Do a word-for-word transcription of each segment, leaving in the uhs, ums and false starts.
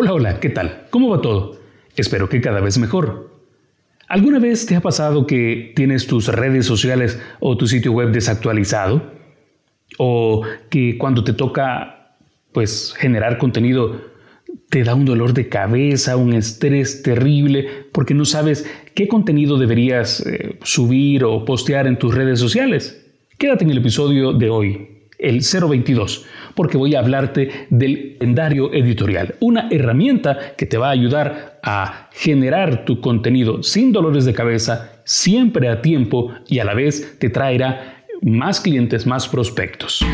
Hola, hola, ¿qué tal? ¿Cómo va todo? Espero que cada vez mejor. ¿Alguna vez te ha pasado que tienes tus redes sociales o tu sitio web desactualizado? ¿O que cuando te toca, pues, generar contenido te da un dolor de cabeza, un estrés terrible porque no sabes qué contenido deberías eh, subir o postear en tus redes sociales? Quédate en el episodio de hoy, el cero veintidós, porque voy a hablarte del calendario editorial, una herramienta que te va a ayudar a generar tu contenido sin dolores de cabeza, siempre a tiempo y a la vez te traerá más clientes, más prospectos.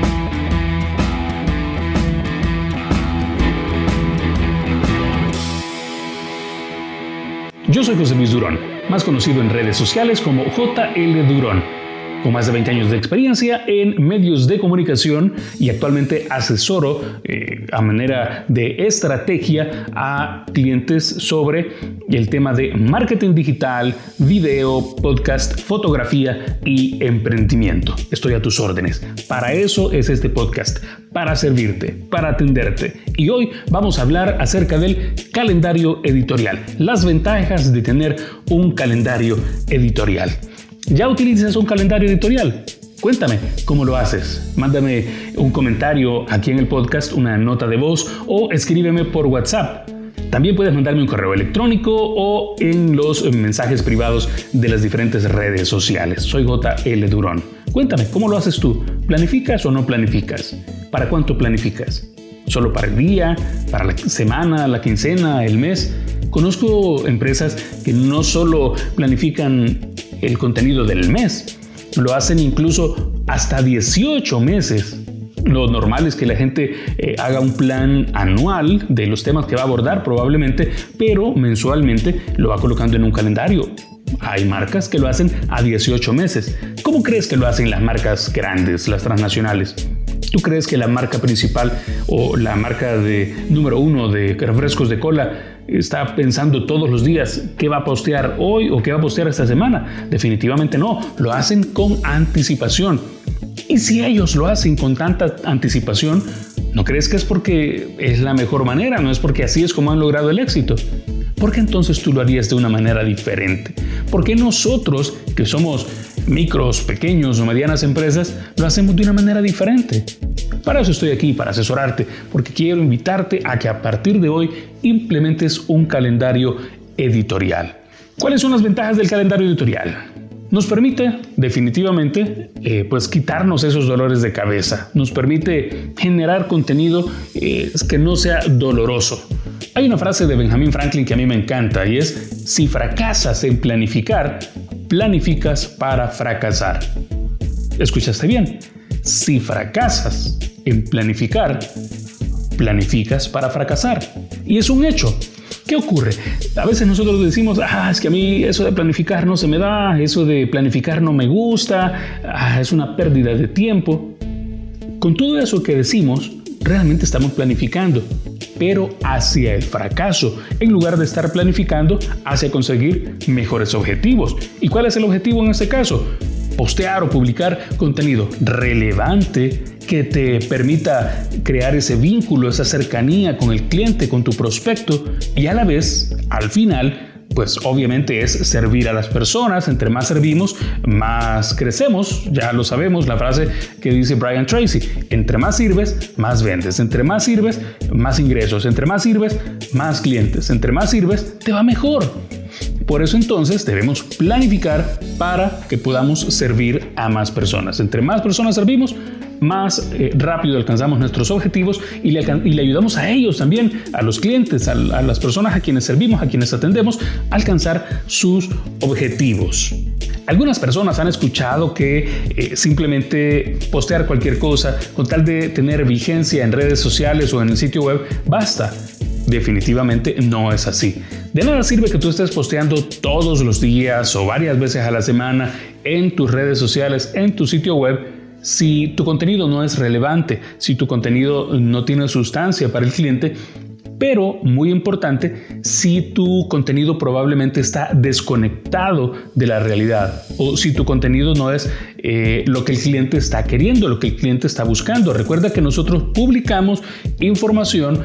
Yo soy José Luis Durón, más conocido en redes sociales como J L Durón, con más de veinte años de experiencia en medios de comunicación y actualmente asesoro eh, a manera de estrategia a clientes sobre el tema de marketing digital, video, podcast, fotografía y emprendimiento. Estoy a tus órdenes. Para eso es este podcast, para servirte, para atenderte. Y hoy vamos a hablar acerca del calendario editorial, las ventajas de tener un calendario editorial. ¿Ya utilizas un calendario editorial? Cuéntame cómo lo haces. Mándame un comentario aquí en el podcast, una nota de voz o escríbeme por WhatsApp. También puedes mandarme un correo electrónico o en los mensajes privados de las diferentes redes sociales. Soy J L Durón. Cuéntame, ¿cómo lo haces tú? ¿Planificas o no planificas? ¿Para cuánto planificas? ¿Solo para el día? ¿Para la semana, la quincena, el mes? Conozco empresas que no solo planifican el contenido del mes, lo hacen incluso hasta dieciocho meses. Lo normal es que la gente eh, haga un plan anual de los temas que va a abordar probablemente, pero mensualmente lo va colocando en un calendario. Hay marcas que lo hacen a dieciocho meses. ¿Cómo crees que lo hacen las marcas grandes, las transnacionales? ¿Tú crees que la marca principal o la marca de número uno de refrescos de cola está pensando todos los días qué va a postear hoy o qué va a postear esta semana? Definitivamente no, lo hacen con anticipación. Y si ellos lo hacen con tanta anticipación, ¿no crees que es porque es la mejor manera? ¿No es porque así es como han logrado el éxito? ¿Por qué entonces tú lo harías de una manera diferente? ¿Por qué nosotros, que somos micros, pequeños o medianas empresas, lo hacemos de una manera diferente? Para eso estoy aquí, para asesorarte, porque quiero invitarte a que a partir de hoy implementes un calendario editorial. ¿Cuáles son las ventajas del calendario editorial? Nos permite definitivamente eh, pues quitarnos esos dolores de cabeza. Nos permite generar contenido eh, que no sea doloroso. Hay una frase de Benjamin Franklin que a mí me encanta y es: si fracasas en planificar, planificas para fracasar. ¿Escuchaste bien? Si fracasas en planificar, planificas para fracasar. Y es un hecho. ¿Qué ocurre? A veces nosotros decimos, ah, es que a mí eso de planificar no se me da, eso de planificar no me gusta, ah, es una pérdida de tiempo. Con todo eso que decimos, realmente estamos planificando, pero hacia el fracaso, en lugar de estar planificando hacia conseguir mejores objetivos. ¿Y cuál es el objetivo en este caso? Postear o publicar contenido relevante que te permita crear ese vínculo, esa cercanía con el cliente, con tu prospecto, y a la vez, al final, pues obviamente es servir a las personas. Entre más servimos, más crecemos. Ya lo sabemos, la frase que dice Brian Tracy: entre más sirves, más vendes. Entre más sirves, más ingresos. Entre más sirves, más clientes. Entre más sirves, te va mejor. Por eso entonces debemos planificar para que podamos servir a más personas. Entre más personas servimos, más eh, rápido alcanzamos nuestros objetivos y le, y le ayudamos a ellos también, a los clientes, a, a las personas a quienes servimos, a quienes atendemos, a alcanzar sus objetivos. Algunas personas han escuchado que eh, simplemente postear cualquier cosa con tal de tener vigencia en redes sociales o en el sitio web basta. Definitivamente no es así. De nada sirve que tú estés posteando todos los días o varias veces a la semana en tus redes sociales, en tu sitio web, si tu contenido no es relevante, si tu contenido no tiene sustancia para el cliente Pero, muy importante, si tu contenido probablemente está desconectado de la realidad o si tu contenido no es eh, lo que el cliente está queriendo, lo que el cliente está buscando. Recuerda que nosotros publicamos información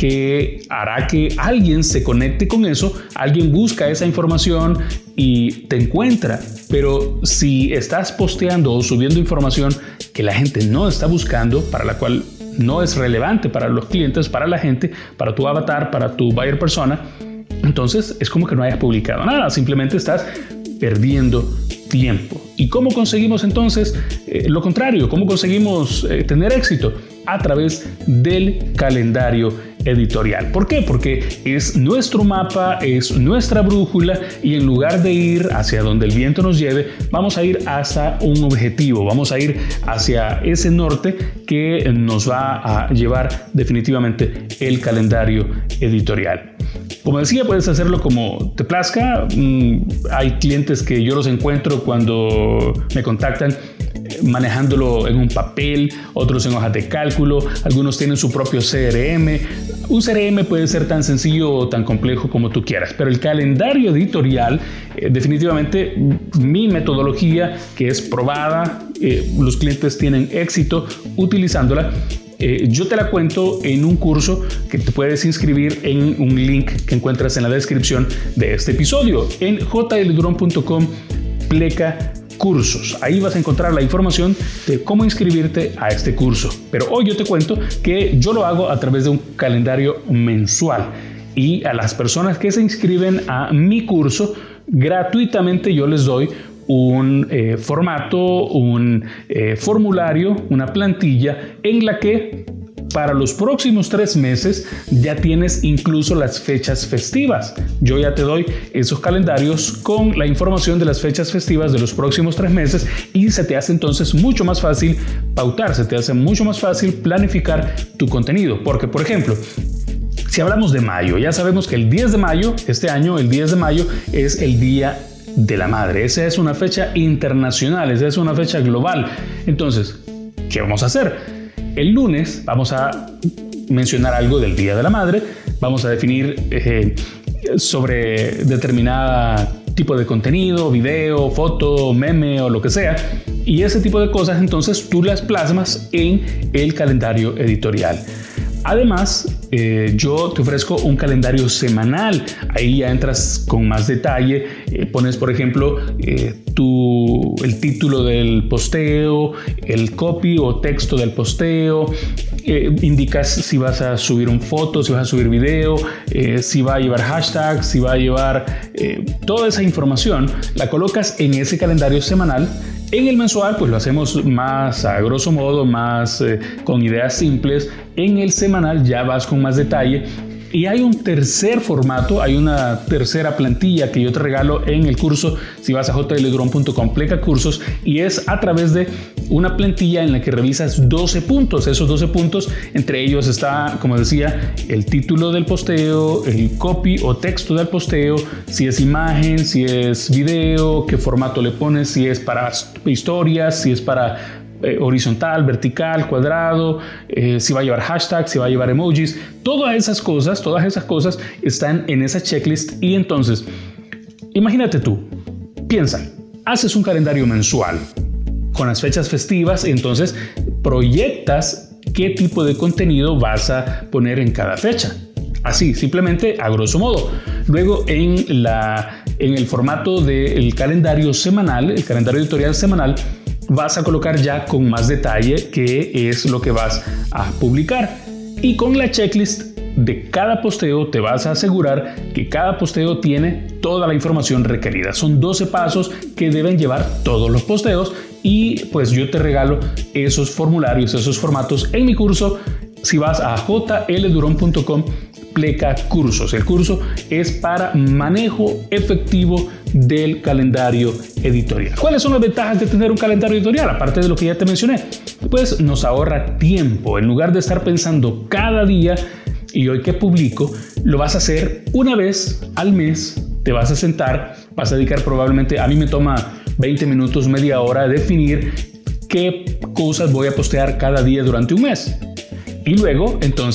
que hará que alguien se conecte con eso, alguien busca esa información y te encuentra. Pero si estás posteando o subiendo información que la gente no está buscando, para la cual no es relevante para los clientes, para la gente, para tu avatar, para tu buyer persona, entonces es como que no hayas publicado nada, simplemente estás perdiendo tiempo. ¿Y cómo conseguimos entonces eh, lo contrario? ¿Cómo conseguimos eh, tener éxito? A través del calendario editorial. ¿Por qué? Porque es nuestro mapa, es nuestra brújula y en lugar de ir hacia donde el viento nos lleve, vamos a ir hacia un objetivo, vamos a ir hacia ese norte que nos va a llevar definitivamente el calendario editorial. Como decía, puedes hacerlo como te plazca. Hay clientes que yo los encuentro cuando me contactan manejándolo en un papel, otros en hojas de cálculo, algunos tienen su propio C R M. Un C R M puede ser tan sencillo o tan complejo como tú quieras, pero el calendario editorial, eh, definitivamente mi metodología, que es probada, eh, los clientes tienen éxito utilizándola. Eh, yo te la cuento en un curso que te puedes inscribir en un link que encuentras en la descripción de este episodio en j l duron punto com pleca cursos. Ahí vas a encontrar la información de cómo inscribirte a este curso. Pero hoy yo te cuento que yo lo hago a través de un calendario mensual y a las personas que se inscriben a mi curso gratuitamente yo les doy un eh, formato, un eh, formulario, una plantilla en la que para los próximos tres meses ya tienes incluso las fechas festivas. Yo ya te doy esos calendarios con la información de las fechas festivas de los próximos tres meses y se te hace entonces mucho más fácil pautar, se te hace mucho más fácil planificar tu contenido. Porque, por ejemplo, si hablamos de mayo, ya sabemos que el diez de mayo, este año, el diez de mayo es el Día de la Madre. Esa es una fecha internacional, esa es una fecha global. Entonces, ¿qué vamos a hacer? El lunes vamos a mencionar algo del Día de la Madre, vamos a definir eh, sobre determinada tipo de contenido, video, foto, meme o lo que sea, y ese tipo de cosas entonces tú las plasmas en el calendario editorial. Además, eh, yo te ofrezco un calendario semanal. Ahí ya entras con más detalle. Eh, pones, por ejemplo, eh, tu, el título del posteo, el copy o texto del posteo. Eh, indicas si vas a subir un foto, si vas a subir video, eh, si va a llevar hashtags, si va a llevar eh, toda esa información. La colocas en ese calendario semanal. En el mensual, pues lo hacemos más a grosso modo, más eh, con ideas simples. En el semanal ya vas con más detalle. Y hay un tercer formato, hay una tercera plantilla que yo te regalo en el curso si vas a j l duron punto com pleca cursos, y es a través de una plantilla en la que revisas doce puntos. Esos doce puntos, entre ellos está, como decía, el título del posteo, el copy o texto del posteo, si es imagen, si es video, qué formato le pones, si es para historias, si es para Eh, horizontal, vertical, cuadrado, eh, si va a llevar hashtags, si va a llevar emojis. Todas esas cosas, todas esas cosas están en esa checklist. Y entonces, imagínate tú, piensa, haces un calendario mensual con las fechas festivas, entonces proyectas qué tipo de contenido vas a poner en cada fecha. Así, simplemente a grosso modo. Luego en, la, en el formato del calendario semanal, el calendario editorial semanal, vas a colocar ya con más detalle qué es lo que vas a publicar. Y con la checklist de cada posteo te vas a asegurar que cada posteo tiene toda la información requerida. Son doce pasos que deben llevar todos los posteos y pues yo te regalo esos formularios, esos formatos en mi curso si vas a j l duron punto com pleca cursos. El curso es para manejo efectivo del calendario editorial. ¿Cuáles son las ventajas de tener un calendario editorial? Aparte de lo que ya te mencioné, pues nos ahorra tiempo. En lugar de estar pensando cada día y hoy que publico, lo vas a hacer una vez al mes. Te vas a sentar, vas a dedicar probablemente, a mí me toma veinte minutos, media hora definir qué cosas voy a postear cada día durante un mes. Y luego, entonces,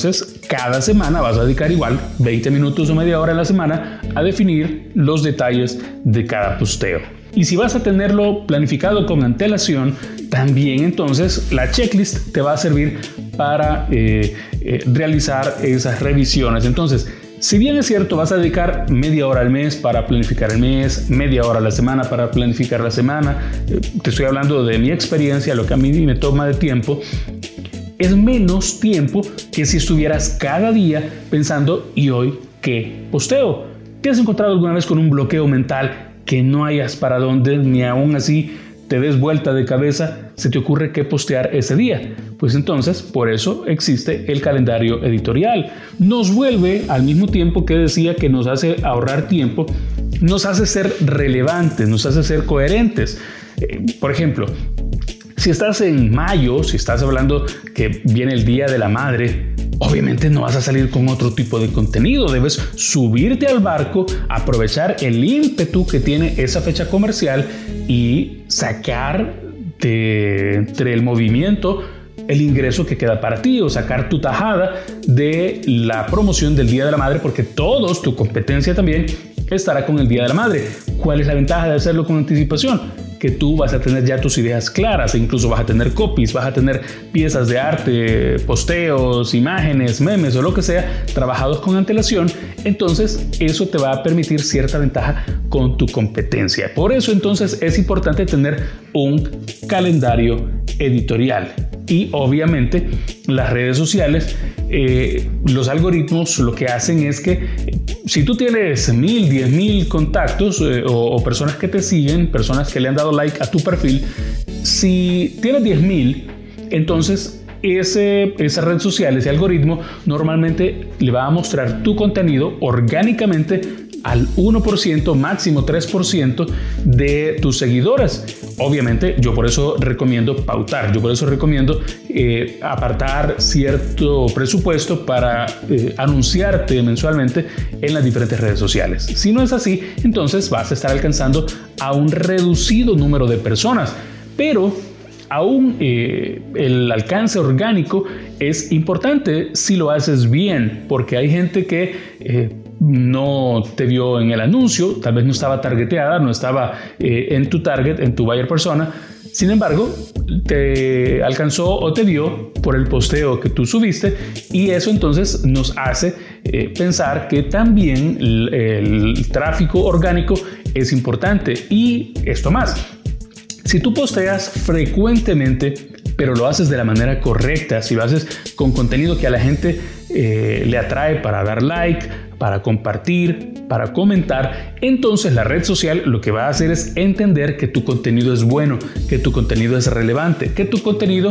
cada semana vas a dedicar igual veinte minutos o media hora a la semana a definir los detalles de cada posteo. Y si vas a tenerlo planificado con antelación, también entonces la checklist te va a servir para eh, eh, realizar esas revisiones. Entonces, si bien es cierto, vas a dedicar media hora al mes para planificar el mes, media hora a la semana para planificar la semana, eh, te estoy hablando de mi experiencia, lo que a mí me toma de tiempo, es menos tiempo que si estuvieras cada día pensando, ¿y hoy qué posteo? ¿Te has encontrado alguna vez con un bloqueo mental que no hayas para dónde, ni aún así te des vuelta de cabeza, se te ocurre qué postear ese día? Pues entonces, por eso existe el calendario editorial. Nos vuelve, al mismo tiempo que decía que nos hace ahorrar tiempo, nos hace ser relevantes, nos hace ser coherentes. Eh, por ejemplo, si estás en mayo, si estás hablando que viene el Día de la Madre, obviamente no vas a salir con otro tipo de contenido. Debes subirte al barco, aprovechar el ímpetu que tiene esa fecha comercial y sacar de, entre el movimiento el ingreso que queda para ti, o sacar tu tajada de la promoción del Día de la Madre, porque todos, tu competencia también estará con el Día de la Madre. ¿Cuál es la ventaja de hacerlo con anticipación? Que tú vas a tener ya tus ideas claras, e incluso vas a tener copies, vas a tener piezas de arte, posteos, imágenes, memes o lo que sea, trabajados con antelación. Entonces eso te va a permitir cierta ventaja con tu competencia. Por eso entonces es importante tener un calendario editorial. Y obviamente las redes sociales, eh, los algoritmos lo que hacen es que si tú tienes mil, diez mil contactos eh, o, o personas que te siguen, personas que le han dado like a tu perfil, si tienes diez mil, entonces ese, esa red social, ese algoritmo normalmente le va a mostrar tu contenido orgánicamente al uno por ciento, máximo tres por ciento de tus seguidores. Obviamente yo por eso recomiendo pautar, yo por eso recomiendo eh, apartar cierto presupuesto para eh, anunciarte mensualmente en las diferentes redes sociales. Si no es así, entonces vas a estar alcanzando a un reducido número de personas, pero aún eh, el alcance orgánico es importante si lo haces bien, porque hay gente que eh, no te vio en el anuncio, tal vez no estaba targeteada, no estaba eh, en tu target, en tu buyer persona. Sin embargo, te alcanzó o te vio por el posteo que tú subiste, y eso entonces nos hace eh, pensar que también el, el tráfico orgánico es importante. Y esto más, si tú posteas frecuentemente, pero lo haces de la manera correcta, si lo haces con contenido que a la gente eh, le atrae para dar like, para compartir, para comentar, entonces la red social lo que va a hacer es entender que tu contenido es bueno, que tu contenido es relevante, que tu contenido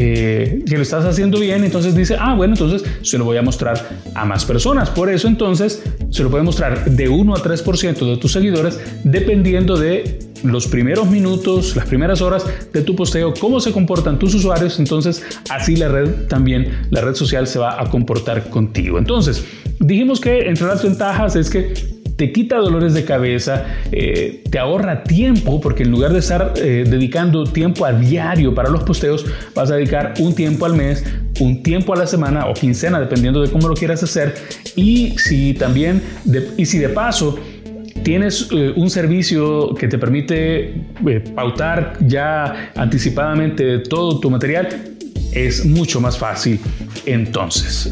eh, que lo estás haciendo bien. Entonces dice, ah, bueno, entonces se lo voy a mostrar a más personas. Por eso entonces se lo puede mostrar de uno a tres por ciento de tus seguidores, dependiendo de los primeros minutos, las primeras horas de tu posteo, cómo se comportan tus usuarios. Entonces así la red también, la red social se va a comportar contigo. Entonces dijimos que entre las ventajas es que te quita dolores de cabeza, eh, te ahorra tiempo, porque en lugar de estar eh, dedicando tiempo a diario para los posteos, vas a dedicar un tiempo al mes, un tiempo a la semana o quincena, dependiendo de cómo lo quieras hacer. Y si también, de, y si de paso tienes eh, un servicio que te permite eh, pautar ya anticipadamente todo tu material, es mucho más fácil entonces.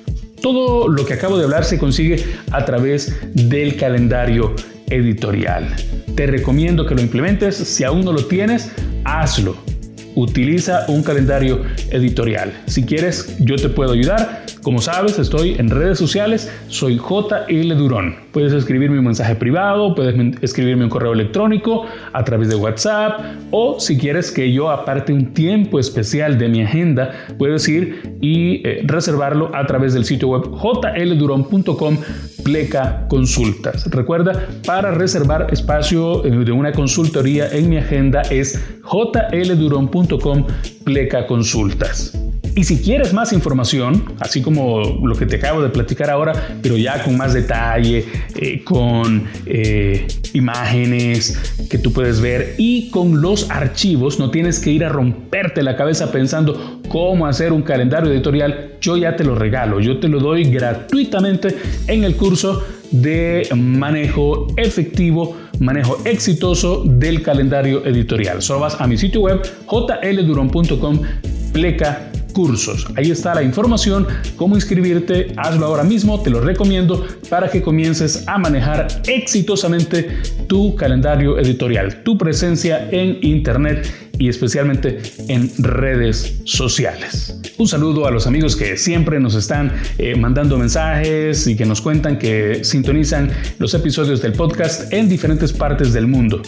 Todo lo que acabo de hablar se consigue a través del calendario editorial. Te recomiendo que lo implementes. Si aún no lo tienes, hazlo. Utiliza un calendario editorial. Si quieres, yo te puedo ayudar. Como sabes, estoy en redes sociales. Soy J L Durón. Puedes escribirme un mensaje privado, puedes escribirme un correo electrónico a través de WhatsApp, o si quieres que yo aparte un tiempo especial de mi agenda, puedes ir y eh, reservarlo a través del sitio web j l duron punto com pleca consultas. Recuerda, para reservar espacio de una consultoría en mi agenda es j l duron punto com pleca consultas. Y si quieres más información, así como lo que te acabo de platicar ahora, pero ya con más detalle, eh, con eh, imágenes que tú puedes ver y con los archivos, no tienes que ir a romperte la cabeza pensando cómo hacer un calendario editorial. Yo ya te lo regalo, yo te lo doy gratuitamente en el curso de manejo efectivo, manejo exitoso del calendario editorial. Solo vas a mi sitio web j l duron punto com, pleca cursos. Ahí está la información, cómo inscribirte, hazlo ahora mismo, te lo recomiendo para que comiences a manejar exitosamente tu calendario editorial, tu presencia en internet y especialmente en redes sociales. Un saludo a los amigos que siempre nos están eh, mandando mensajes y que nos cuentan que sintonizan los episodios del podcast en diferentes partes del mundo.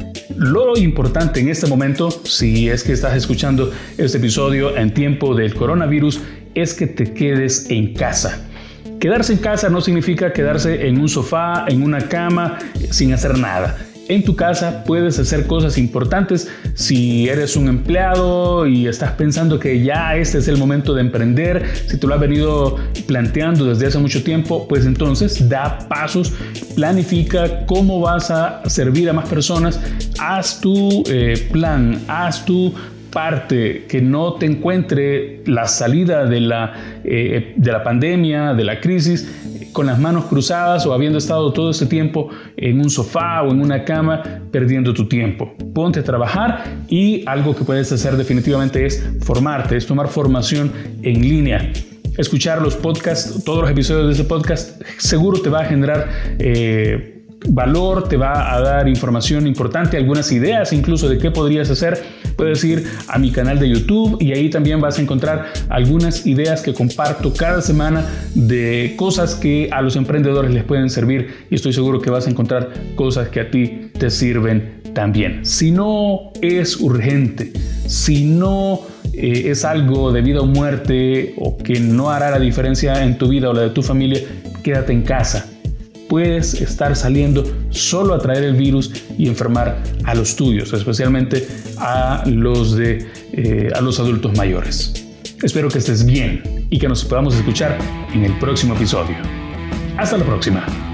Lo importante en este momento, si es que estás escuchando este episodio en tiempo del coronavirus, es que te quedes en casa. Quedarse en casa no significa quedarse en un sofá, en una cama, sin hacer nada. En tu casa puedes hacer cosas importantes. Si eres un empleado y estás pensando que ya este es el momento de emprender, si tú lo has venido planteando desde hace mucho tiempo, pues entonces da pasos, planifica cómo vas a servir a más personas, haz tu eh, plan, haz tu parte, que no te encuentre la salida de la, eh, de la pandemia, de la crisis, con las manos cruzadas o habiendo estado todo este tiempo en un sofá o en una cama perdiendo tu tiempo. Ponte a trabajar y algo que puedes hacer definitivamente es formarte, es tomar formación en línea. Escuchar los podcasts, todos los episodios de este podcast seguro te va a generar eh, valor, te va a dar información importante, algunas ideas incluso de qué podrías hacer. Puedes ir a mi canal de YouTube y ahí también vas a encontrar algunas ideas que comparto cada semana de cosas que a los emprendedores les pueden servir y estoy seguro que vas a encontrar cosas que a ti te sirven también. Si no es urgente, si no eh, es algo de vida o muerte o que no hará la diferencia en tu vida o la de tu familia, quédate en casa. Puedes estar saliendo solo a traer el virus y enfermar a los tuyos, especialmente a los, de, eh, a los adultos mayores. Espero que estés bien y que nos podamos escuchar en el próximo episodio. Hasta la próxima.